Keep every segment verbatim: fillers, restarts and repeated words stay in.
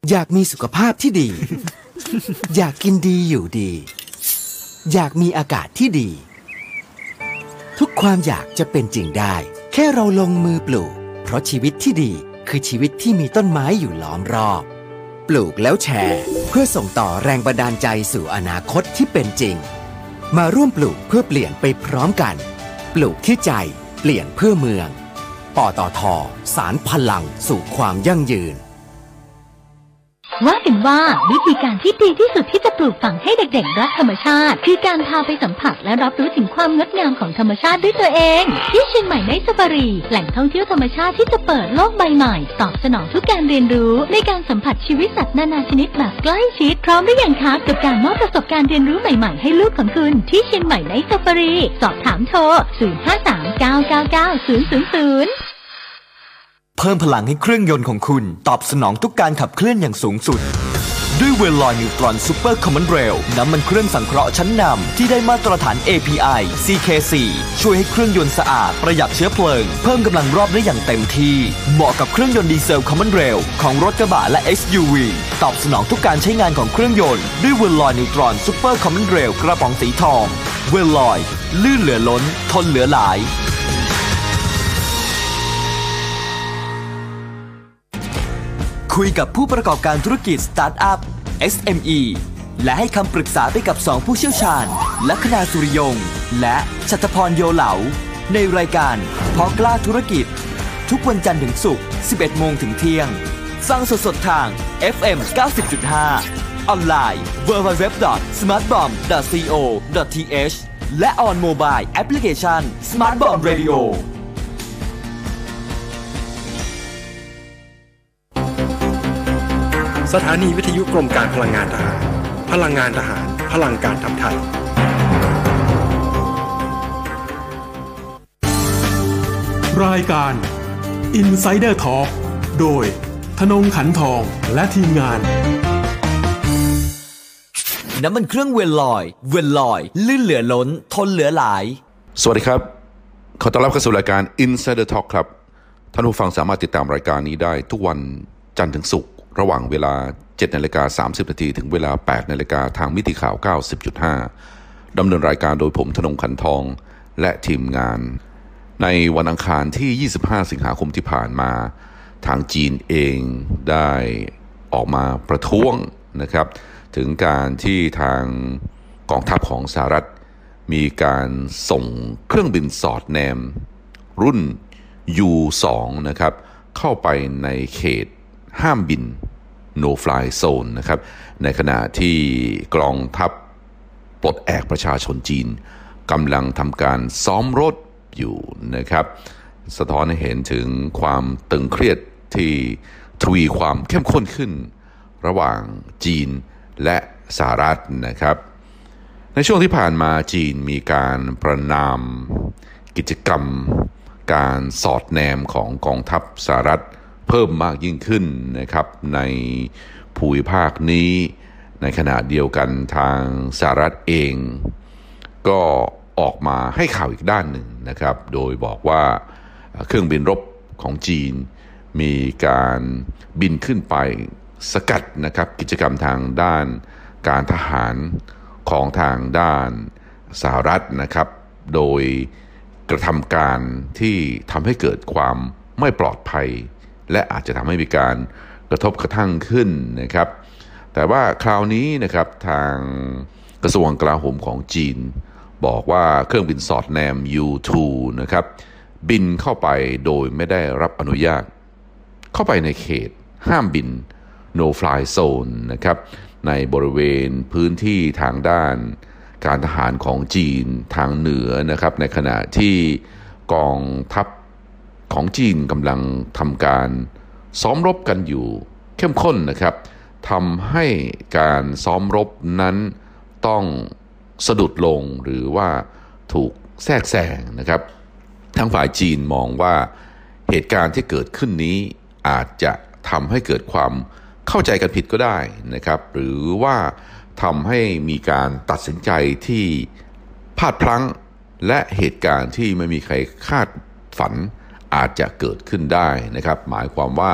อยากมีสุขภาพที่ดี อยากกินดีอยู่ดีอยากมีอากาศที่ดีทุกความอยากจะเป็นจริงได้แค่เราลงมือปลูกเพราะชีวิตที่ดีคือชีวิตที่มีต้นไม้อยู่ล้อมรอบปลูกแล้วแชร์เพื่อส่งต่อแรงบันดาลใจสู่อนาคตที่เป็นจริงมาร่วมปลูกเพื่อเปลี่ยนไปพร้อมกันปลูกที่ใจเปลี่ยนเพื่อเมืองปตท.สานพลังสู่ความยั่งยืนว่ากันว่าวิธีการที่ดีที่สุดที่จะปลูกฝังให้เด็กๆรักธรรมชาติคือการพาไปสัมผัสและรับรู้ถึงความงดงามของธรรมชาติด้วยตัวเองที่เชียงใหม่ไนท์ซาฟารีแหล่งท่องเที่ยวธรรมชาติที่จะเปิดโลกใบใหม่ตอบสนองทุกการเรียนรู้ในการสัมผัสชีวิตสัตว์นานาชนิดแบบใกล้ชิดพร้อมหรือยังคะกับการมอบประสบการณ์เรียนรู้ใหม่ๆให้ลูกของคุณที่เชียงใหม่ไนท์ซาฟารีสอบถามโทรศูนย์ ห้า สาม เก้า เก้า เก้า ศูนย์ ศูนย์ ศูนย์เพิ่มพลังให้เครื่องยนต์ของคุณตอบสนองทุกการขับเคลื่อนอย่างสูงสุดด้วยเวลลอยนิวตรอนซูเปอร์คอมมอนเรลน้ำมันเครื่องสังเคราะห์ชั้นนำที่ได้มาตรฐาน เอ พี ไอ ซี เค โฟร์ ช่วยให้เครื่องยนต์สะอาดประหยัดเชื้อเพลิงเพิ่มกำลังรอบได้อย่างเต็มที่เหมาะกับเครื่องยนต์ดีเซลคอมมอนเรลของรถกระบะและ เอส ยู วี ตอบสนองทุกการใช้งานของเครื่องยนต์ด้วยเวลลอยนิวตรอนซูเปอร์คอมมอนเรลกระป๋องสีทองเวลลอยลื่นเหลือล้นทนเหลือหลายคุยกับผู้ประกอบการธุรกิจสตาร์ทอัพ เอส เอ็ม อี และให้คำปรึกษาไปกับสองผู้เชี่ยวชาญลัคนาสุริยงและชัตรพรโยเหลาในรายการเพาะกล้าธุรกิจทุกวันจันทร์ถึงศุกร์ สิบเอ็ดโมงถึงเที่ยงฟังสดๆทาง เอฟ เอ็ม เก้าสิบจุดห้า ออนไลน์ ดับเบิลยู ดับเบิลยู ดับเบิลยู ดอท สมาร์ทบอม ดอท ซี โอ ดอท ที เอช และ on mobile application Smart Bomb Radio สถานีวิทยุกรมการพลังงานทหารพลังงานทหารพลังการทำไทยรายการ Insider Talk โดยธนงขันทองและทีมงานน้ำมันเครื่องเวลลอยเวลลอยลื่นเหลือล้นทนเหลือหลายสวัสดีครับขอต้อนรับเข้าสู่รายการ Insider Talk ครับท่านผู้ฟังสามารถติดตามรายการนี้ได้ทุกวันจันทร์ถึงศุกร์ระหว่างเวลา เจ็ดนาฬิกาสามสิบนาทีถึงเวลา แปดนาฬิกาทางมิติข่าว เก้าสิบจุดห้า ดำเนินรายการโดยผมธนงขันทองและทีมงานในวันอังคารที่ยี่สิบห้าสิงหาคมที่ผ่านมาทางจีนเองได้ออกมาประท้วงนะครับถึงการที่ทางกองทัพของสหรัฐมีการส่งเครื่องบินสอดแนมรุ่น ยู สอง นะครับเข้าไปในเขตห้ามบิน no fly zone นะครับในขณะที่กองทัพปลดแอกประชาชนจีนกำลังทำการซ้อมรบอยู่นะครับสะท้อนให้เห็นถึงความตึงเครียดที่ทวีความเข้มข้นขึ้นระหว่างจีนและสหรัฐนะครับในช่วงที่ผ่านมาจีนมีการประณามกิจกรรมการสอดแนมของกองทัพสหรัฐเพิ่มมากยิ่งขึ้นนะครับในภูมิภาคนี้ในขณะเดียวกันทางสหรัฐเองก็ออกมาให้ข่าวอีกด้านหนึ่งนะครับโดยบอกว่าเครื่องบินรบของจีนมีการบินขึ้นไปสกัดนะครับกิจกรรมทางด้านการทหารของทางด้านสหรัฐนะครับโดยกระทำการที่ทำให้เกิดความไม่ปลอดภัยและอาจจะทำให้มีการกระทบกระทั่งขึ้นนะครับแต่ว่าคราวนี้นะครับทางกระทรวงกลาโหมของจีนบอกว่าเครื่องบินสอดแนม ยู ทู นะครับบินเข้าไปโดยไม่ได้รับอนุญาตเข้าไปในเขตห้ามบิน no fly zone นะครับในบริเวณพื้นที่ทางด้านการทหารของจีนทางเหนือนะครับในขณะที่กองทัพของจีนกำลังทำการซ้อมรบกันอยู่เข้มข้นนะครับทำให้การซ้อมรบนั้นต้องสะดุดลงหรือว่าถูกแทรกแซงนะครับทางฝ่ายจีนมองว่าเหตุการณ์ที่เกิดขึ้นนี้อาจจะทำให้เกิดความเข้าใจกันผิดก็ได้นะครับหรือว่าทำให้มีการตัดสินใจที่พลาดพลั้งและเหตุการณ์ที่ไม่มีใครคาดฝันอาจจะเกิดขึ้นได้นะครับหมายความว่า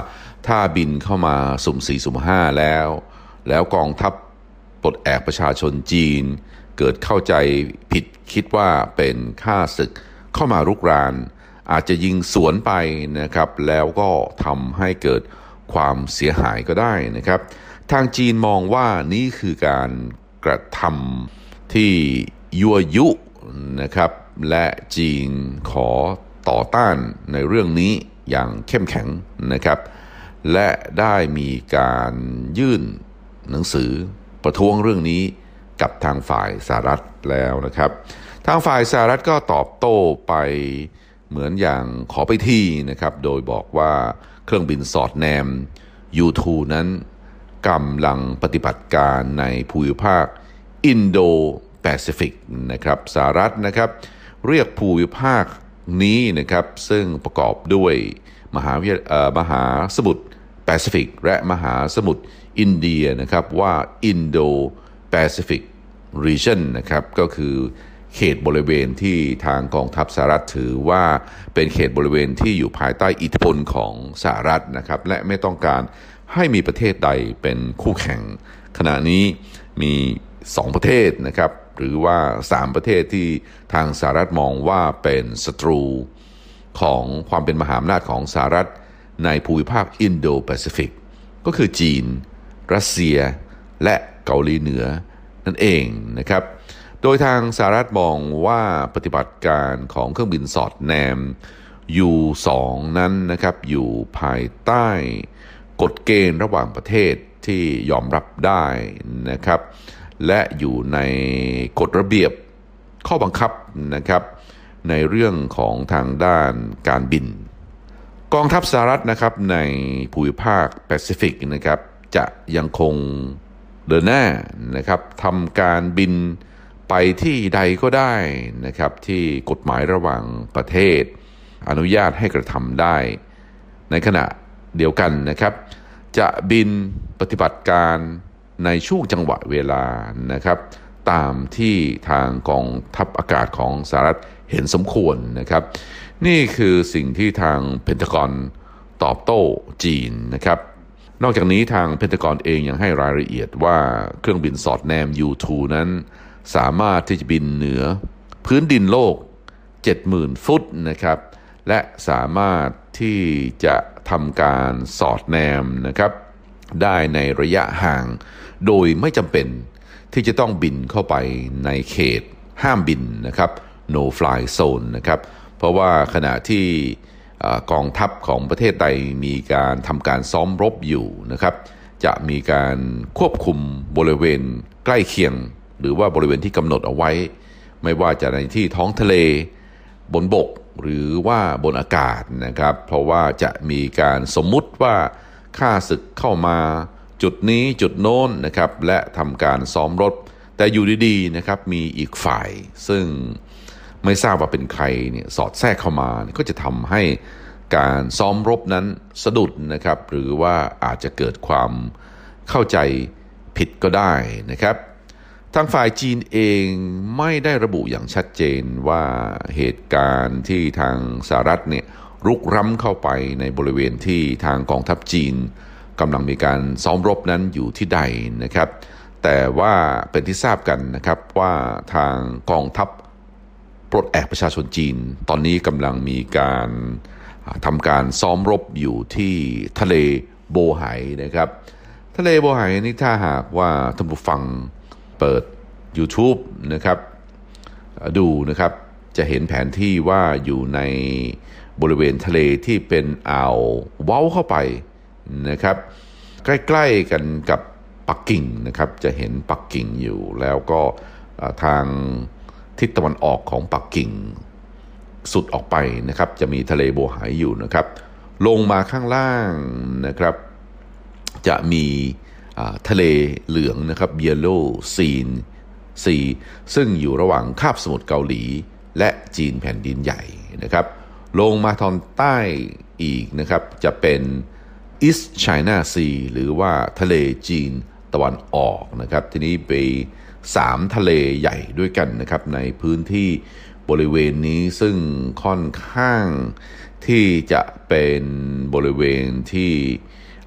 ถ้าบินเข้ามาสุ่มสี่สุ่มห้าแล้วแล้วกองทัพปลดแอกประชาชนจีนเกิดเข้าใจผิดคิดว่าเป็นข้าศึกเข้ามารุกรานอาจจะยิงสวนไปนะครับแล้วก็ทำให้เกิดความเสียหายก็ได้นะครับทางจีนมองว่านี่คือการกระทำที่ยั่วยุนะครับและจีนขอต่อต้านในเรื่องนี้อย่างเข้มแข็งนะครับและได้มีการยื่นหนังสือประท้วงเรื่องนี้กับทางฝ่ายสหรัฐแล้วนะครับทางฝ่ายสหรัฐก็ตอบโต้ไปเหมือนอย่างขอไปทีนะครับโดยบอกว่าเครื่องบินสอดแนม ยู ทู นั้นกำลังปฏิบัติการในภูมิภาคอินโดแปซิฟิกนะครับสหรัฐนะครับเรียกภูมิภาคนี้นะครับซึ่งประกอบด้วยมหาวิทยามหาสมุทรแปซิฟิกและมหาสมุทรอินเดียนะครับว่าอินโดแปซิฟิกรีเจนนะครับก็คือเขตบริเวณที่ทางกองทัพสหรัฐถือว่าเป็นเขตบริเวณที่อยู่ภายใต้อิทธิพลของสหรัฐนะครับและไม่ต้องการให้มีประเทศใดเป็นคู่แข่งขณะนี้มีสองประเทศนะครับหรือว่าสามประเทศที่ทางสหรัฐมองว่าเป็นศัตรูของความเป็นมหาอำนาจของสหรัฐในภูมิภาคอินโดแปซิฟิกก็คือจีนรัสเซียและเกาหลีเหนือนั่นเองนะครับโดยทางสหรัฐมองว่าปฏิบัติการของเครื่องบินสอดแนม ยู ทู นั้นนะครับอยู่ภายใต้กฎเกณฑ์ระหว่างประเทศที่ยอมรับได้นะครับและอยู่ในกฎระเบียบข้อบังคับนะครับในเรื่องของทางด้านการบินกองทัพสหรัฐนะครับในภูมิภาคแปซิฟิกนะครับจะยังคงเดินหน้านะครับทำการบินไปที่ใดก็ได้นะครับที่กฎหมายระหว่างประเทศอนุญาตให้กระทำได้ในขณะเดียวกันนะครับจะบินปฏิบัติการในช่วงจังหวะเวลานะครับตามที่ทางกองทัพอากาศของสหรัฐเห็นสมควรนะครับนี่คือสิ่งที่ทางเพนทากอนตอบโต้จีนนะครับนอกจากนี้ทางเพนทากอนเองยังให้รายละเอียดว่าเครื่องบินสอดแนม ยู ทู นั้นสามารถที่จะบินเหนือพื้นดินโลก เจ็ดหมื่น ฟุตนะครับและสามารถที่จะทำการสอดแนมนะครับได้ในระยะห่างโดยไม่จำเป็นที่จะต้องบินเข้าไปในเขตห้ามบินนะครับ no fly zone นะครับเพราะว่าขณะที่กองทัพของประเทศใดมีการทำการซ้อมรบอยู่นะครับจะมีการควบคุมบริเวณใกล้เคียงหรือว่าบริเวณที่กำหนดเอาไว้ไม่ว่าจะในที่ท้องทะเลบนบกหรือว่าบนอากาศนะครับเพราะว่าจะมีการสมมุติว่าข้าศึกเข้ามาจุดนี้จุดโน้นนะครับและทำการซ้อมรบแต่อยู่ดีๆนะครับมีอีกฝ่ายซึ่งไม่ทราบว่าเป็นใครเนี่ยสอดแทรกเข้ามาก็จะทำให้การซ้อมรบนั้นสะดุดนะครับหรือว่าอาจจะเกิดความเข้าใจผิดก็ได้นะครับทางฝ่ายจีนเองไม่ได้ระบุอย่างชัดเจนว่าเหตุการณ์ที่ทางสหรัฐเนี่ยรุกล้ำเข้าไปในบริเวณที่ทางกองทัพจีนกำลังมีการซ้อมรบนั้นอยู่ที่ใดนะครับแต่ว่าเป็นที่ทราบกันนะครับว่าทางกองทัพปลดแอกประชาชนจีนตอนนี้กำลังมีการทำการซ้อมรบอยู่ที่ทะเลโบไห่นะครับทะเลโบไห่นี่ถ้าหากว่าท่านผู้ฟังเปิด YouTube นะครับดูนะครับจะเห็นแผนที่ว่าอยู่ในบริเวณทะเลที่เป็นอ่าวเว้าเข้าไปนะครับใกล้ๆกันกับปักกิ่งนะครับจะเห็นปักกิ่งอยู่แล้วก็ทางทิศตะวันออกของปักกิ่งสุดออกไปนะครับจะมีทะเลโบไห่อยู่นะครับลงมาข้างล่างนะครับจะมีทะเลเหลืองนะครับ Yellow Sea ซีซึ่งอยู่ระหว่างคาบสมุทรเกาหลีและจีนแผ่นดินใหญ่นะครับลงมาทางใต้อีกนะครับจะเป็น East China Sea หรือว่าทะเลจีนตะวันออกนะครับทีนี้ไปสามทะเลใหญ่ด้วยกันนะครับในพื้นที่บริเวณนี้ซึ่งค่อนข้างที่จะเป็นบริเวณที่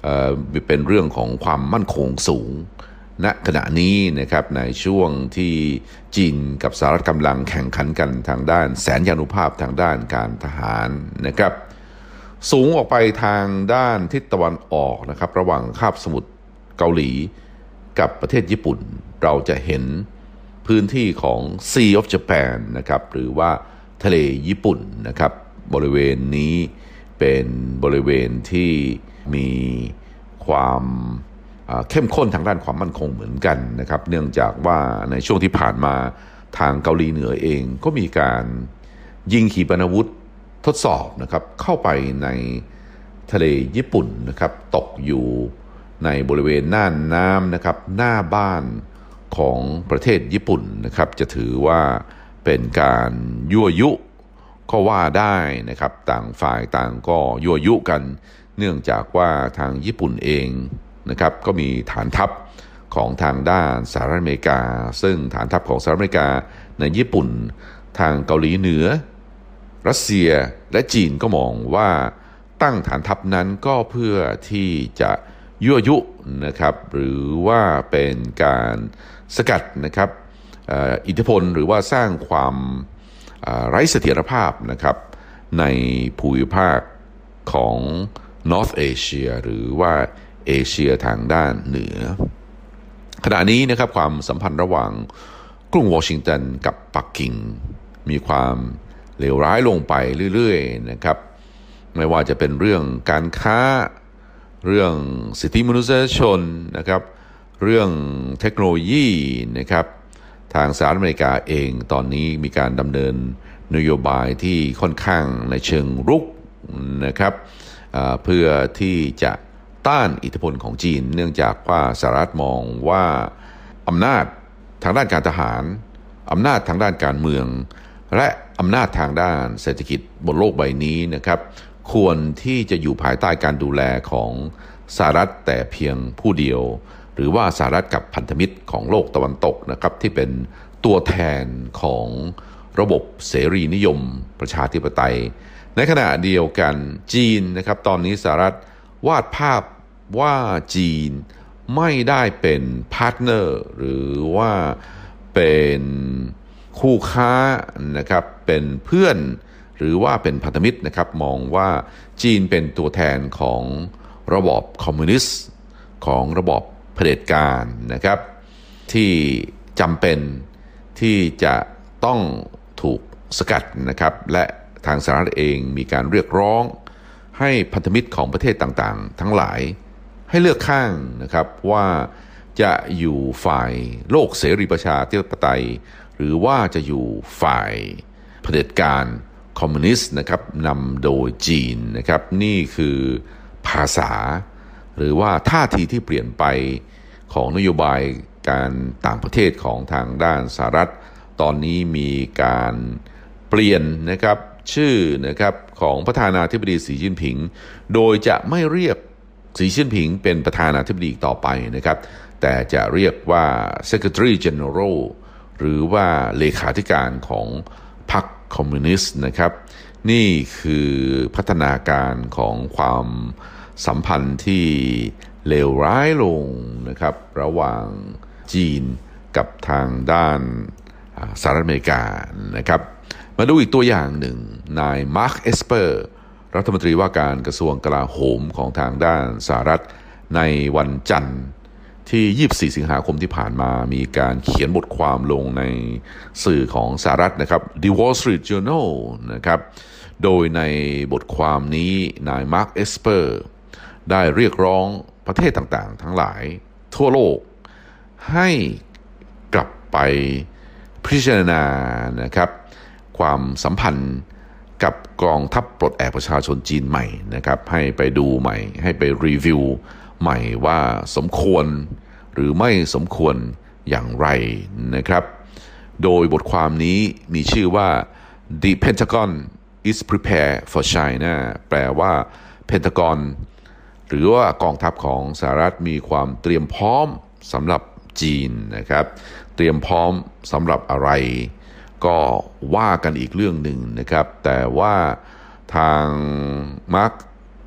เป็นเรื่องของความมั่นคงสูงณขณะนี้นะครับในช่วงที่จีนกับสหรัฐกำลังแข่งขันกันทางด้านแสนยานุภาพทางด้านการทหารนะครับสูงออกไปทางด้านทิศตะวันออกนะครับระหว่างคาบสมุทรเกาหลีกับประเทศญี่ปุ่นเราจะเห็นพื้นที่ของ Sea of Japan นะครับหรือว่าทะเลญี่ปุ่นนะครับบริเวณนี้เป็นบริเวณที่มีความเข้มข้นทางด้านความมั่นคงเหมือนกันนะครับเนื่องจากว่าในช่วงที่ผ่านมาทางเกาหลีเหนือเองก็มีการยิงขีปนาวุธทดสอบนะครับเข้าไปในทะเลญี่ปุ่นนะครับตกอยู่ในบริเวณน่านน้ำนะครับหน้าบ้านของประเทศญี่ปุ่นนะครับจะถือว่าเป็นการยั่วยุก็ว่าได้นะครับต่างฝ่ายต่างก็ยั่วยุกันเนื่องจากว่าทางญี่ปุ่นเองนะครับก็มีฐานทัพของทางด้านสหรัฐอเมริกาซึ่งฐานทัพของสหรัฐอเมริกาในญี่ปุ่นทางเกาหลีเหนือรัสเซียและจีนก็มองว่าตั้งฐานทัพนั้นก็เพื่อที่จะยั่วยุนะครับหรือว่าเป็นการสกัดนะครับอิทธิพลหรือว่าสร้างความไร้เสถียรภาพนะครับในภูมิภาคของ North Asia หรือว่าเอเชียทางด้านเหนือขณะนี้นะครับความสัมพันธ์ระหว่างกรุงวอชิงตันกับปักกิ่งมีความเลวร้ายลงไปเรื่อยๆนะครับไม่ว่าจะเป็นเรื่องการค้าเรื่องสิทธิมนุษยชนนะครับเรื่องเทคโนโลยีนะครับทางสหรัฐอเมริกาเองตอนนี้มีการดำเนินนโยบายที่ค่อนข้างในเชิงรุกนะครับเพื่อที่จะต้านอิทธิพลของจีนเนื่องจากว่าสหรัฐมองว่าอำนาจทางด้านการทหารอำนาจทางด้านการเมืองและอำนาจทางด้านเศรษฐกิจบนโลกใบนี้นะครับควรที่จะอยู่ภายใต้การดูแลของสหรัฐแต่เพียงผู้เดียวหรือว่าสหรัฐกับพันธมิตรของโลกตะวันตกนะครับที่เป็นตัวแทนของระบบเสรีนิยมประชาธิปไตยในขณะเดียวกันจีนนะครับตอนนี้สหรัฐวาดภาพว่าจีนไม่ได้เป็นพาร์ทเนอร์หรือว่าเป็นคู่ค้านะครับเป็นเพื่อนหรือว่าเป็นพันธมิตรนะครับมองว่าจีนเป็นตัวแทนของระบอบคอมมิวนิสต์ของระบอบเผด็จการนะครับที่จำเป็นที่จะต้องถูกสกัดนะครับและทางสหรัฐเองมีการเรียกร้องให้พันธมิตรของประเทศต่างๆทั้งหลายให้เลือกข้างนะครับว่าจะอยู่ฝ่ายโลกเสรีประชาธิปไตยหรือว่าจะอยู่ฝ่ายเผด็จการคอมมิวนิสต์นะครับนำโดยจีนนะครับนี่คือภาษาหรือว่าท่าทีที่เปลี่ยนไปของนโยบายการต่างประเทศของทางด้านสหรัฐตอนนี้มีการเปลี่ยนนะครับชื่อนะครับของประธานาธิบดีสีจิ้นผิงโดยจะไม่เรียกสีจิ้นผิงเป็นประธานาธิบดีต่อไปนะครับแต่จะเรียกว่า Secretary General หรือว่าเลขาธิการของพรรคคอมมิวนิสต์นะครับนี่คือพัฒนาการของความสัมพันธ์ที่เลวร้ายลงนะครับระหว่างจีนกับทางด้านสหรัฐอเมริกานะครับมาดูอีกตัวอย่างหนึ่งนายมาร์คเอสเปอร์รัฐมนตรีว่าการกระทรวงกลาโหมของทางด้านสหรัฐในวันจันทร์ที่ยี่สิบสี่สิงหาคมที่ผ่านมามีการเขียนบทความลงในสื่อของสหรัฐนะครับ The Wall Street Journal นะครับโดยในบทความนี้นายมาร์คเอสเปอร์ได้เรียกร้องประเทศต่างๆทั้งหลายทั่วโลกให้กลับไปพิจารณานะครับความสัมพันธ์กับกองทัพปลดแอกประชาชนจีนใหม่นะครับให้ไปดูใหม่ให้ไปรีวิวใหม่ว่าสมควรหรือไม่สมควรอย่างไรนะครับโดยบทความนี้มีชื่อว่า The Pentagon is prepared for China แปลว่าเพนทากอนหรือว่ากองทัพของสหรัฐมีความเตรียมพร้อมสำหรับจีนนะครับเตรียมพร้อมสำหรับอะไรก็ว่ากันอีกเรื่องหนึ่งนะครับแต่ว่าทางมาร์คเอ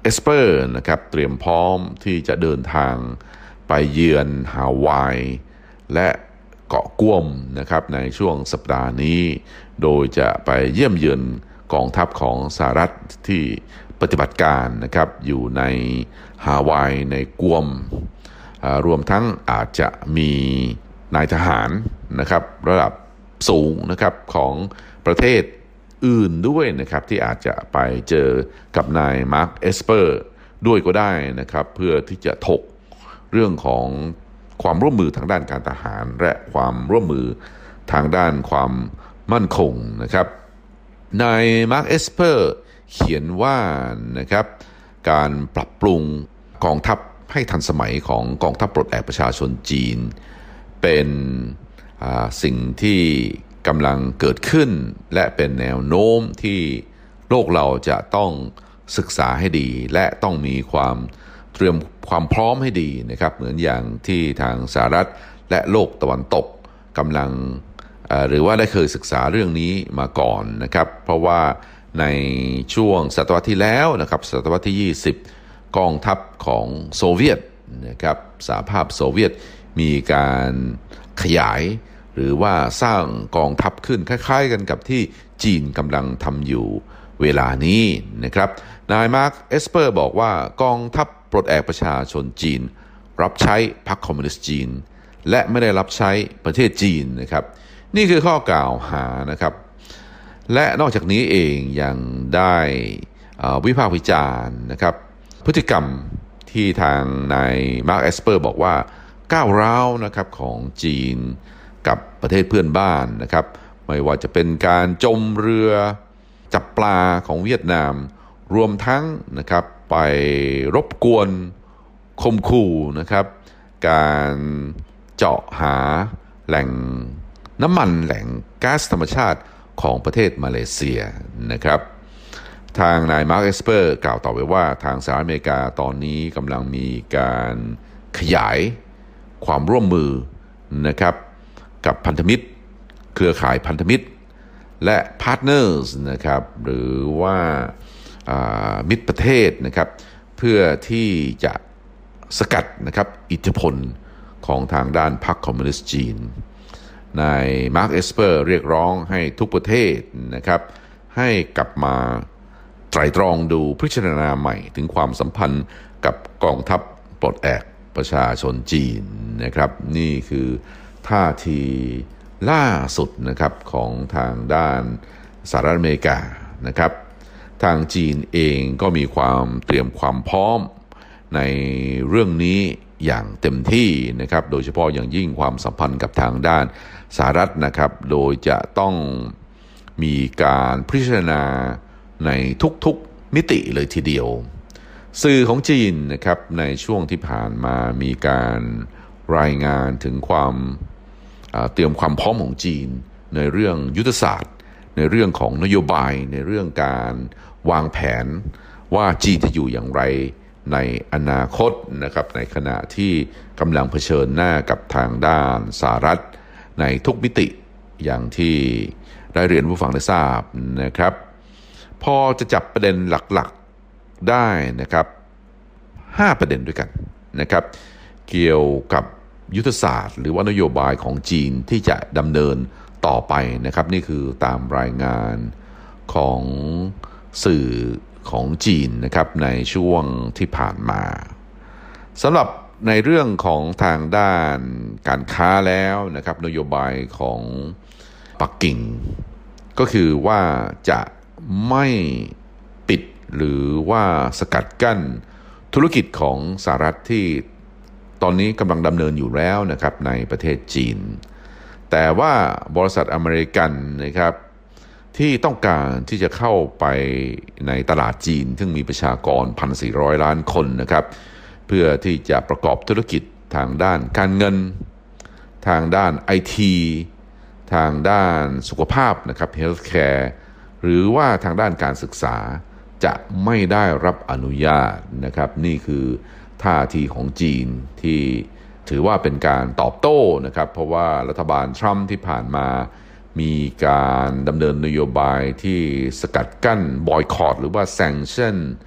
สเปอร์นะครับเตรียมพร้อมที่จะเดินทางไปเยือนฮาวายและเกาะกัวมนะครับในช่วงสัปดาห์นี้โดยจะไปเยี่ยมเยือนกองทัพของสหรัฐที่ปฏิบัติการนะครับอยู่ในฮาวายในกัวมรวมทั้งอาจจะมีนายทหารนะครับระดับสูงนะครับของประเทศอื่นด้วยนะครับที่อาจจะไปเจอกับนายมาร์คเอสเปอร์ด้วยก็ได้นะครับเพื่อที่จะถกเรื่องของความร่วมมือทางด้านการทหารและความร่วมมือทางด้านความมั่นคงนะครับนายมาร์คเอสเปอร์เขียนว่านะครับการปรับปรุงกองทัพให้ทันสมัยของกองทัพปลดแอกประชาชนจีนเป็นสิ่งที่กำลังเกิดขึ้นและเป็นแนวโน้มที่โลกเราจะต้องศึกษาให้ดีและต้องมีความเตรียมความพร้อมให้ดีนะครับเหมือนอย่างที่ทางสหรัฐและโลกตะวันตกกำลังหรือว่าได้เคยศึกษาเรื่องนี้มาก่อนนะครับเพราะว่าในช่วงศตวรรษที่แล้วนะครับศตวรรษที่ยี่สิบกองทัพของโซเวียตนะครับสหภาพโซเวียตมีการขยายหรือว่าสร้างกองทัพขึ้นคล้ายๆกันกับที่จีนกำลังทำอยู่เวลานี้นะครับนายมาร์คเอสเปอร์บอกว่ากองทัพปลดแอกประชาชนจีนรับใช้พรรคคอมมิวนิสต์จีนและไม่ได้รับใช้ประเทศจีนนะครับนี่คือข้อกล่าวหานะครับและนอกจากนี้เองยังได้วิพากษ์วิจารณ์นะครับพฤติกรรมที่ทางนายมาร์คเอสเปอร์บอกว่าก้าวร้าวนะครับของจีนกับประเทศเพื่อนบ้านนะครับไม่ว่าจะเป็นการจมเรือจับปลาของเวียดนามรวมทั้งนะครับไปรบกวนข่มขู่นะครับการเจาะหาแหล่งน้ำมันแหล่งก๊าซธรรมชาติของประเทศมาเลเซียนะครับทางนายมาร์คเอสเปอร์กล่าวต่อไปว่าทางสหรัฐอเมริกาตอนนี้กำลังมีการขยายความร่วมมือนะครับกับพันธมิตรเครือข่ายพันธมิตรและพาร์ทเนอร์สนะครับหรือว่ามิตรประเทศนะครับเพื่อที่จะสกัดนะครับอิทธิพลของทางด้านพรรคคอมมิวนิสต์จีนนายมาร์คเอสเปอร์เรียกร้องให้ทุกประเทศนะครับให้กลับมาไตร่ตรองดูพิจารณาใหม่ถึงความสัมพันธ์กับกองทัพปลดแอกประชาชนจีนนะครับนี่คือท่าทีล่าสุดนะครับของทางด้านสหรัฐอเมริกานะครับทางจีนเองก็มีความเตรียมความพร้อมในเรื่องนี้อย่างเต็มที่นะครับโดยเฉพาะอย่างยิ่งความสัมพันธ์กับทางด้านสหรัฐนะครับโดยจะต้องมีการพิจารณาในทุกๆมิติเลยทีเดียวสื่อของจีนนะครับในช่วงที่ผ่านมามีการรายงานถึงความเตรียมความพร้อมของจีนในเรื่องยุทธศาสตร์ในเรื่องของนโยบายในเรื่องการวางแผนว่าจีนจะอยู่อย่างไรในอนาคตนะครับในขณะที่กำลังเผชิญหน้ากับทางด้านสหรัฐในทุกมิติอย่างที่ได้เรียนผู้ฟังได้ทราบนะครับพอจะจับประเด็นหลักๆได้นะครับห้าประเด็นด้วยกันนะครับเกี่ยวกับยุทธศาสตร์หรือว่านโยบายของจีนที่จะดำเนินต่อไปนะครับนี่คือตามรายงานของสื่อของจีนนะครับในช่วงที่ผ่านมาสำหรับในเรื่องของทางด้านการค้าแล้วนะครับนโยบายของปักกิ่งก็คือว่าจะไม่ปิดหรือว่าสกัดกั้นธุรกิจของสหรัฐที่ตอนนี้กำลังดำเนินอยู่แล้วนะครับในประเทศจีนแต่ว่าบริษัทอเมริกันนะครับที่ต้องการที่จะเข้าไปในตลาดจีนซึ่งมีประชากร หนึ่งพันสี่ร้อย ล้านคนนะครับเพื่อที่จะประกอบธุรกิจทางด้านการเงินทางด้าน ไอ ที ทางด้านสุขภาพนะครับ Healthcare หรือว่าทางด้านการศึกษาจะไม่ได้รับอนุญาตนะครับนี่คือท่าทีของจีนที่ถือว่าเป็นการตอบโต้นะครับเพราะว่ารัฐบาลทรัมป์ที่ผ่านมามีการดำเนินนโยบายที่สกัดกั้นบอยคอตหรือว่าแซงชั่น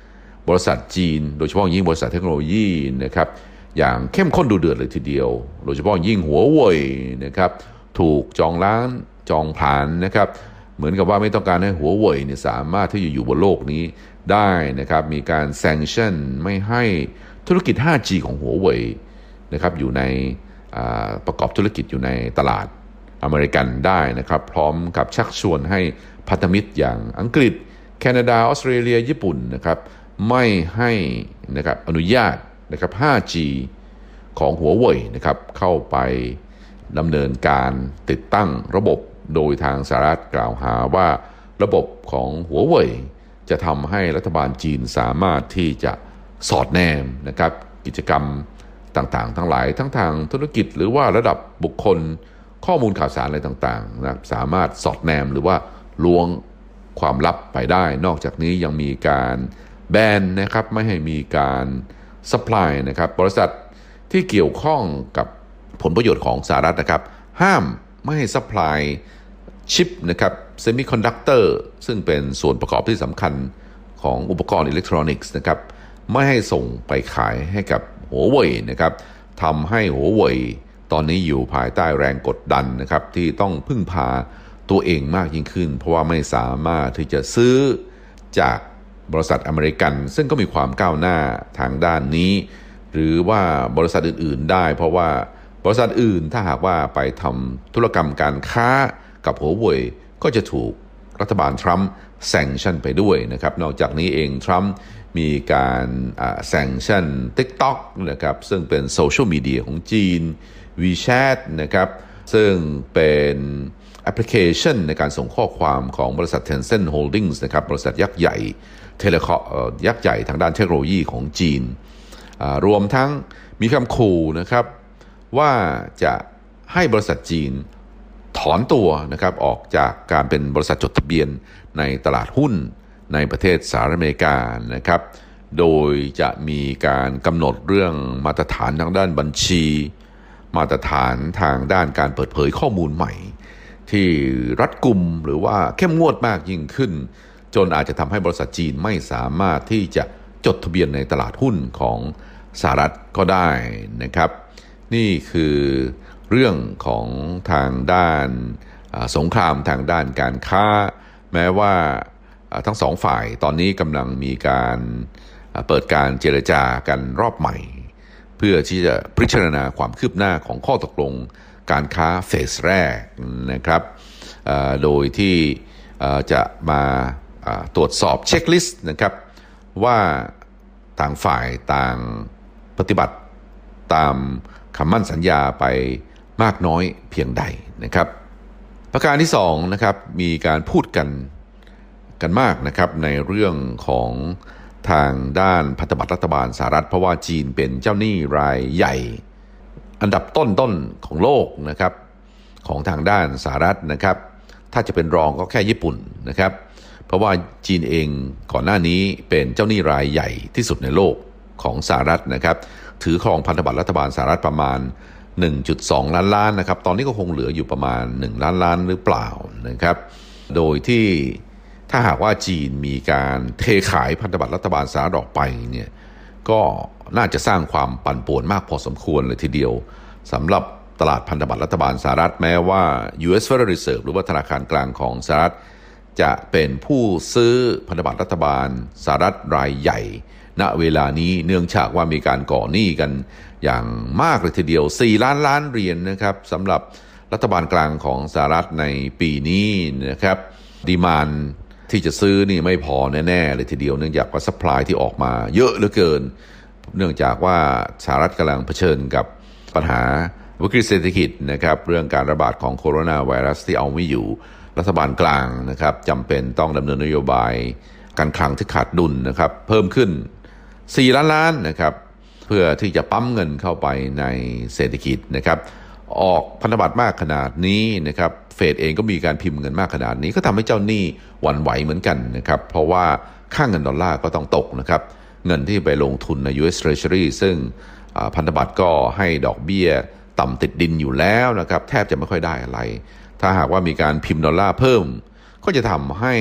บริษัทจีนโดยเฉพาะยิ่งบริษัทเทคโนโลยีนะครับอย่างเข้มข้นดูเดือดเลยทีเดียวโดยเฉพาะยิ่งหัวเว่ยนะครับถูกจองล้างจองผลาญนะครับเหมือนกับว่าไม่ต้องการให้หัวเว่ยเนี่ยสามารถที่จะอยู่บนโลกนี้ได้นะครับมีการแซงชั่นไม่ให้ธุรกิจ ไฟว์จี ของหัวเว่ยนะครับอยู่ในประกอบธุรกิจอยู่ในตลาดอเมริกันได้นะครับพร้อมกับชักชวนให้พันธมิตรอย่างอังกฤษแคนาดาออสเตรเลียญี่ปุ่นนะครับไม่ให้นะครับอนุญาตนะครับ ไฟว์จี ของหัวเว่ยนะครับเข้าไปดำเนินการติดตั้งระบบโดยทางสหรัฐกล่าวหาว่าระบบของหัวเว่ยจะทำให้รัฐบาลจีนสามารถที่จะสอดแนมนะครับกิจกรรมต่างๆทั้งหลายทั้งทางธุรกิจหรือว่าระดับบุคคลข้อมูลข่าวสารอะไรต่างๆนะสามารถสอดแนมหรือว่าล้วงความลับไปได้นอกจากนี้ยังมีการแบนนะครับไม่ให้มีการซัพพลายนะครับบริษัทที่เกี่ยวข้องกับผลประโยชน์ของสหรัฐนะครับห้ามไม่ให้ซัพพลายชิปนะครับเซมิคอนดักเตอร์ซึ่งเป็นส่วนประกอบที่สำคัญของอุปกรณ์อิเล็กทรอนิกส์นะครับไม่ให้ส่งไปขายให้กับหัวเว่ยนะครับทำให้หัวเว่ยตอนนี้อยู่ภายใต้แรงกดดันนะครับที่ต้องพึ่งพาตัวเองมากยิ่งขึ้นเพราะว่าไม่สามารถที่จะซื้อจากบริษัทอเมริกันซึ่งก็มีความก้าวหน้าทางด้านนี้หรือว่าบริษัทอื่นๆได้เพราะว่าบริษัทอื่นถ้าหากว่าไปทำธุรกรรมการค้ากับหัวเว่ยก็จะถูกรัฐบาลทรัมป์แซงชั่นไปด้วยนะครับนอกจากนี้เองทรัมป์มีการแซงชั่น TikTok นะครับซึ่งเป็นโซเชียลมีเดียของจีน WeChat นะครับซึ่งเป็นแอปพลิเคชันในการส่งข้อความของบริษัท Tencent Holdings นะครับบริษัทยักษ์ใหญ่เทเลคอมยักษ์ใหญ่ทางด้านเทคโนโลยีของจีนรวมทั้งมีคำขู่นะครับว่าจะให้บริษัทจีนถอนตัวนะครับออกจากการเป็นบริษัทจดทะเบียนในตลาดหุ้นในประเทศสหรัฐอเมริกานะครับโดยจะมีการกำหนดเรื่องมาตรฐานทางด้านบัญชีมาตรฐานทางด้านการเปิดเผยข้อมูลใหม่ที่รัดกุมหรือว่าเข้มงวดมากยิ่งขึ้นจนอาจจะทำให้บริษัทจีนไม่สามารถที่จะจดทะเบียนในตลาดหุ้นของสหรัฐก็ได้นะครับนี่คือเรื่องของทางด้านสงครามทางด้านการค้าแม้ว่าทั้งสองฝ่ายตอนนี้กำลังมีการเปิดการเจรจากันรอบใหม่เพื่อที่จะพิจารณาความคืบหน้าของข้อตกลงการค้าเฟสแรกนะครับโดยที่จะมาตรวจสอบเช็คลิสต์นะครับว่าต่างฝ่ายต่างปฏิบัติตามคำมั่นสัญญาไปมากน้อยเพียงใดนะครับประการที่สองนะครับมีการพูดกันกันมากนะครับในเรื่องของทางด้านพันธบัตรรัฐบาลสหรัฐเพราะว่าจีนเป็นเจ้าหนี้รายใหญ่อันดับต้นๆของโลกนะครับของทางด้านสหรัฐนะครับถ้าจะเป็นรองก็แค่ญี่ปุ่นนะครับเพราะว่าจีนเองก่อนหน้านี้เป็นเจ้าหนี้รายใหญ่ที่สุดในโลกของสหรัฐนะครับถือครองพันธบัตรรัฐบาลสหรัฐประมาณ หนึ่งจุดสอง ล้านล้านนะครับตอนนี้ก็คงเหลืออยู่ประมาณหนึ่งล้านล้านหรือเปล่านะครับโดยที่ถ้าหากว่าจีนมีการเทขายพันธบัตรรัฐบาลสหรัฐออกไปเนี่ยก็น่าจะสร้างความปั่นป่วนมากพอสมควรเลยทีเดียวสำหรับตลาดพันธบัตรรัฐบาลสหรัฐแม้ว่า ยู เอส Federal Reserve หรือว่าธนาคารกลางของสหรัฐจะเป็นผู้ซื้อพันธบัตรรัฐบาลสหรัฐรายใหญ่ณเวลานี้เนื่องจากว่ามีการก่อหนี้กันอย่างมากเลยทีเดียวสี่ล้านล้านเหรียญ น, นะครับสำหรับรัฐบาลกลางของสหรัฐในปีนี้นะครับดีมานด์ที่จะซื้อนี่ไม่พอแน่ๆเลยทีเดียวเนื่องจากว่าซัพพลายที่ออกมาเยอะเหลือเกินเนื่องจากว่าสหรัฐกำลังเผชิญกับปัญหาวิกฤตเศรษฐกิจนะครับเรื่องการระบาดของโคโรนาไวรัสที่เอาไม่อยู่รัฐบาลกลางนะครับจำเป็นต้องดำเนินนโยบายการคลังที่ขาดดุลนะครับเพิ่มขึ้นสี่ล้านล้านนะครับเพื่อที่จะปั๊มเงินเข้าไปในเศรษฐกิจนะครับออกพันธบัตรมากขนาดนี้นะครับเฟดเองก็มีการพิมพ์เงินมากขนาดนี้ก็ทำให้เจ้าหนี้หวั่นไหวเหมือนกันนะครับเพราะว่าค่าเงินดอลลาร์ก็ต้องตกนะครับเงินที่ไปลงทุนใน ยู เอส Treasury ซึ่งพันธบัตรก็ให้ดอกเบี้ยต่ำติดดินอยู่แล้วนะครับแทบจะไม่ค่อยได้อะไรถ้าหากว่ามีการพิมพ์ดอลลาร์เพิ่มก็จะทำให้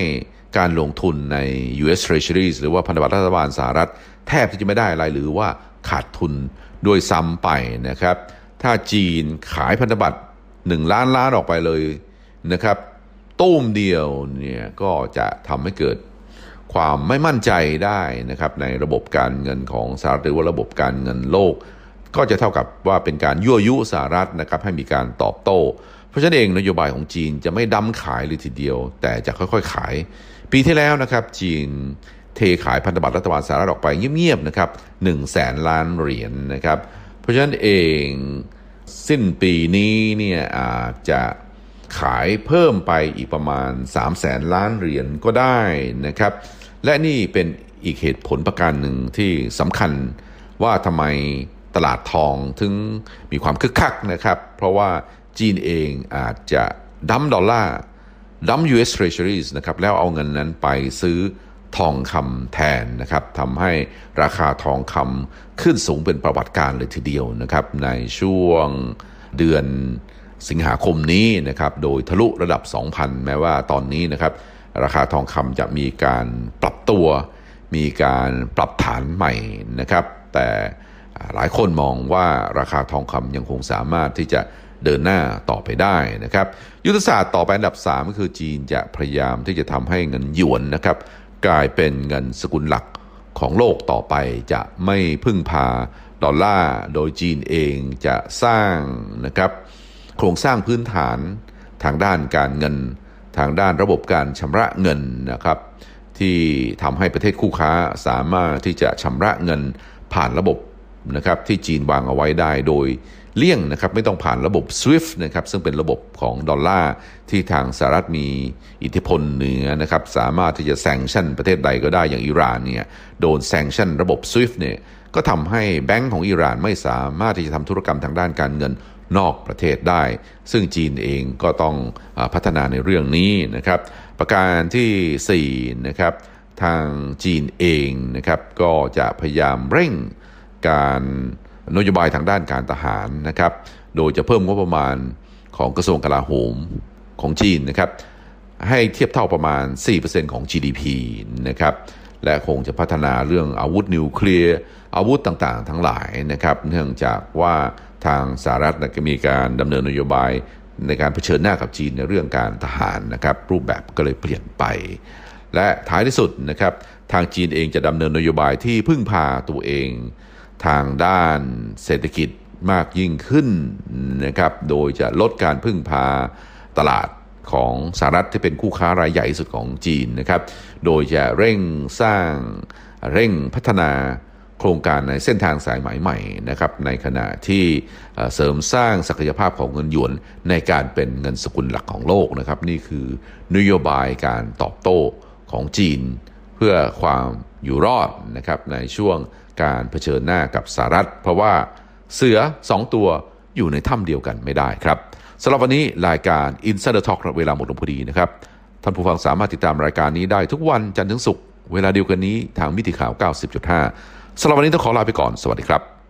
การลงทุนใน ยู เอส Treasuries หรือว่าพันธบัตรรัฐบาลสหรัฐแทบจะไม่ได้อะไรหรือว่าขาดทุนโดยซ้ำไปนะครับถ้าจีนขายพันธบัตรหนึ่งล้านล้านออกไปเลยนะครับตุ้มเดียวเนี่ยก็จะทำให้เกิดความไม่มั่นใจได้นะครับในระบบการเงินของสหรัฐหรือว่าระบบการเงินโลกก็จะเท่ากับว่าเป็นการยั่วยุสหรัฐนะครับให้มีการตอบโต้เพราะฉะนั้นเองนโยบายของจีนจะไม่ดั้มขายเลยทีเดียวแต่จะค่อยๆขายปีที่แล้วนะครับจีนเทขายพันธบัตรรัฐบาลสหรัฐออกไปเงียบๆนะครับหนึ่งแสนล้านเหรียญ นะครับเพราะฉะนั้นเองสิ้นปีนี้เนี่ยอาจจะขายเพิ่มไปอีกประมาณสามแสนล้านเหรียญก็ได้นะครับและนี่เป็นอีกเหตุผลประการหนึ่งที่สำคัญว่าทำไมตลาดทองถึงมีความคึกคักนะครับเพราะว่าจีนเองอาจจะดั้มดอลลาร์ดั้ม ยู เอส Treasuries นะครับแล้วเอาเงินนั้นไปซื้อทองคำแทนนะครับทำให้ราคาทองคำขึ้นสูงเป็นประวัติการเลยทีเดียวนะครับในช่วงเดือนสิงหาคมนี้นะครับโดยทะลุระดับ สองพัน แม้ว่าตอนนี้นะครับราคาทองคำจะมีการปรับตัวมีการปรับฐานใหม่นะครับแต่หลายคนมองว่าราคาทองคำยังคงสามารถที่จะเดินหน้าต่อไปได้นะครับยุทธศาสตร์ต่อไปอันดับสามก็คือจีนจะพยายามที่จะทำให้เงินหยวนนะครับกลายเป็นเงินสกุลหลักของโลกต่อไปจะไม่พึ่งพาดอลลาร์โดยจีนเองจะสร้างนะครับโครงสร้างพื้นฐานทางด้านการเงินทางด้านระบบการชำระเงินนะครับที่ทำให้ประเทศคู่ค้าสามารถที่จะชำระเงินผ่านระบบนะครับที่จีนวางเอาไว้ได้โดยเลี่ยงนะครับไม่ต้องผ่านระบบ สวิฟต์ นะครับซึ่งเป็นระบบของดอลลาร์ที่ทางสหรัฐมีอิทธิพลเหนือนะครับสามารถที่จะแซงชั่นประเทศใดก็ได้อย่างอิหร่านเนี่ยโดนแซงชั่นระบบ สวิฟต์ เนี่ยก็ทำให้แบงก์ของอิหร่านไม่สามารถที่จะทำธุรกรรมทางด้านการเงินนอกประเทศได้ซึ่งจีนเองก็ต้องพัฒนาในเรื่องนี้นะครับประการที่สี่นะครับทางจีนเองนะครับก็จะพยายามเร่งการนโยบายทางด้านการทหารนะครับโดยจะเพิ่มงบประมาณของกระทรวงกลาโหมของจีนนะครับให้เทียบเท่าประมาณ สี่เปอร์เซ็นต์ ของ จี ดี พี นะครับและคงจะพัฒนาเรื่องอาวุธนิวเคลียร์อาวุธต่างๆทั้งหลายนะครับเนื่องจากว่าทางสหรัฐก็มีการดำเนินนโยบายในการเผชิญหน้ากับจีนในเรื่องการทหารนะครับรูปแบบก็เลยเปลี่ยนไปและท้ายที่สุดนะครับทางจีนเองจะดำเนินนโยบายที่พึ่งพาตัวเองทางด้านเศรษฐกิจมากยิ่งขึ้นนะครับโดยจะลดการพึ่งพาตลาดของสหรัฐที่เป็นคู่ค้ารายใหญ่ที่สุดของจีนนะครับโดยจะเร่งสร้างเร่งพัฒนาโครงการในเส้นทางสายไหมใหม่นะครับในขณะที่เสริมสร้างศักยภาพของเงินหยวนในการเป็นเงินสกุลหลักของโลกนะครับนี่คือนโยบายการตอบโต้ของจีนเพื่อความอยู่รอดนะครับในช่วงการเผชิญหน้ากับสหรัฐเพราะว่าเสือสองตัวอยู่ในถ้ำเดียวกันไม่ได้ครับสำหรับวันนี้รายการ Insider Talk เวลาหมดลงพอดีนะครับท่านผู้ฟังสามารถติดตามรายการนี้ได้ทุกวันจันทร์ถึงศุกร์เวลาเดียวกันนี้ทางมิติข่าว เก้าสิบจุดห้า สำหรับวันนี้ต้องขอลาไปก่อนสวัสดีครับ